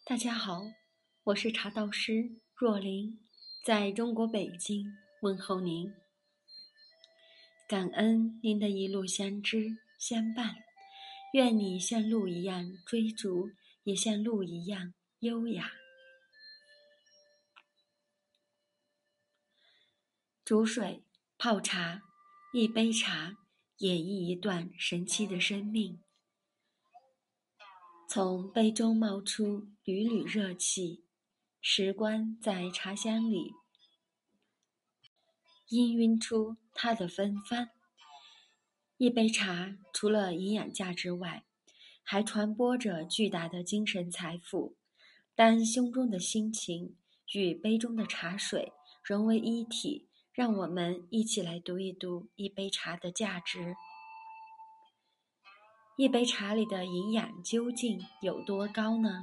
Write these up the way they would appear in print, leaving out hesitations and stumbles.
大家好，我是茶道师若琳，在中国北京问候您。感恩您的一路相知相伴，愿你像鹿一样追逐，也像鹿一样优雅。煮水泡茶，一杯茶演绎一段神奇的生命。从杯中冒出缕缕热气，时光在茶香里氤氲出它的芬芳。一杯茶除了营养价值外，还传播着巨大的精神财富。当胸中的心情与杯中的茶水融为一体，让我们一起来读一读一杯茶的价值。一杯茶里的营养究竟有多高呢？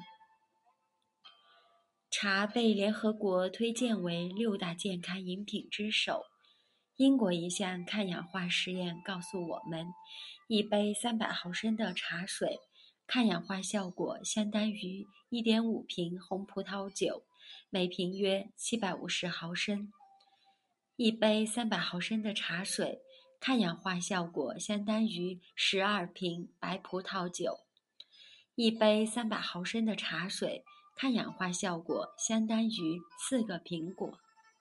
茶被联合国推荐为6大健康饮品之首。英国一项抗氧化实验告诉我们，一杯300毫升的茶水，抗氧化效果相当于 1.5 瓶红葡萄酒，每瓶约750毫升。一杯300毫升的茶水，抗氧化效果相当于12瓶白葡萄酒。一杯300毫升的茶水，抗氧化效果相当于4个苹果。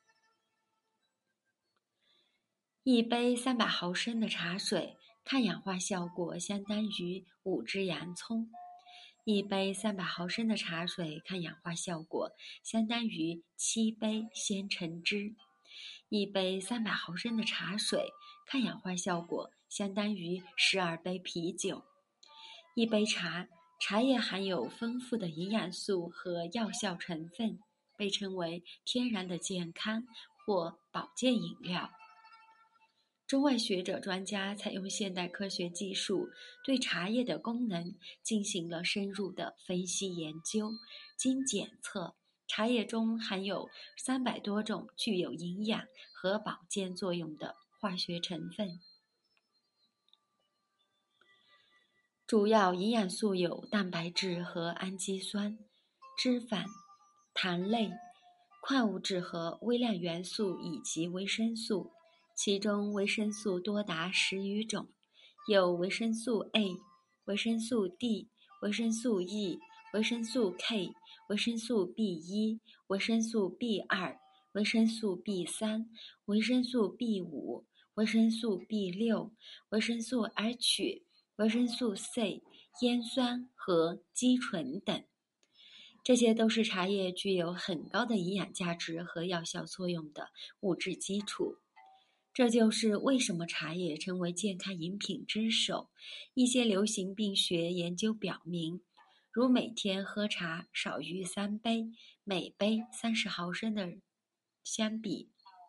一杯300毫升的茶水，抗氧化效果相当于5只洋葱。一杯300毫升的茶水，抗氧化效果相当于7杯鲜橙汁。一杯300毫升的茶水，抗氧化效果相当于12杯啤酒。一杯茶，茶叶含有丰富的营养素和药效成分，被称为天然的健康或保健饮料。中外学者专家采用现代科学技术，对茶叶的功能进行了深入的分析研究。经检测，茶叶中含有300多种具有营养和保健作用的化学成分。主要营养素有蛋白质和氨基酸、脂肪、糖类、矿物质和微量元素以及维生素。其中维生素多达10余种，有维生素 A、维生素 D、维生素 E、维生素 K、维生素 B1、维生素 B2、维生素 B3、维生素 B5、维生素 B6、维生素 H、维生素 C、烟酸和肌醇等。这些都是茶叶具有很高的营养价值和药效作用的物质基础。这就是为什么茶叶成为健康饮品之首。一些流行病学研究表明，如每天喝茶少于3杯，每杯30毫升的相比，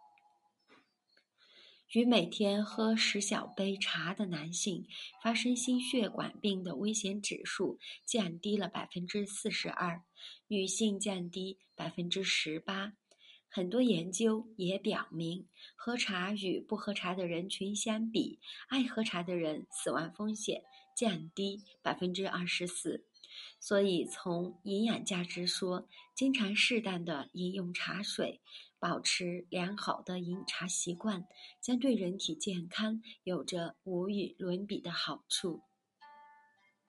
与每天喝10小杯茶的男性发生心血管病的危险指数降低了 42%， 女性降低 18%。很多研究也表明，喝茶与不喝茶的人群相比，爱喝茶的人死亡风险降低 24%。所以从营养价值说，经常适当的饮用茶水，保持良好的饮茶习惯，将对人体健康有着无与伦比的好处。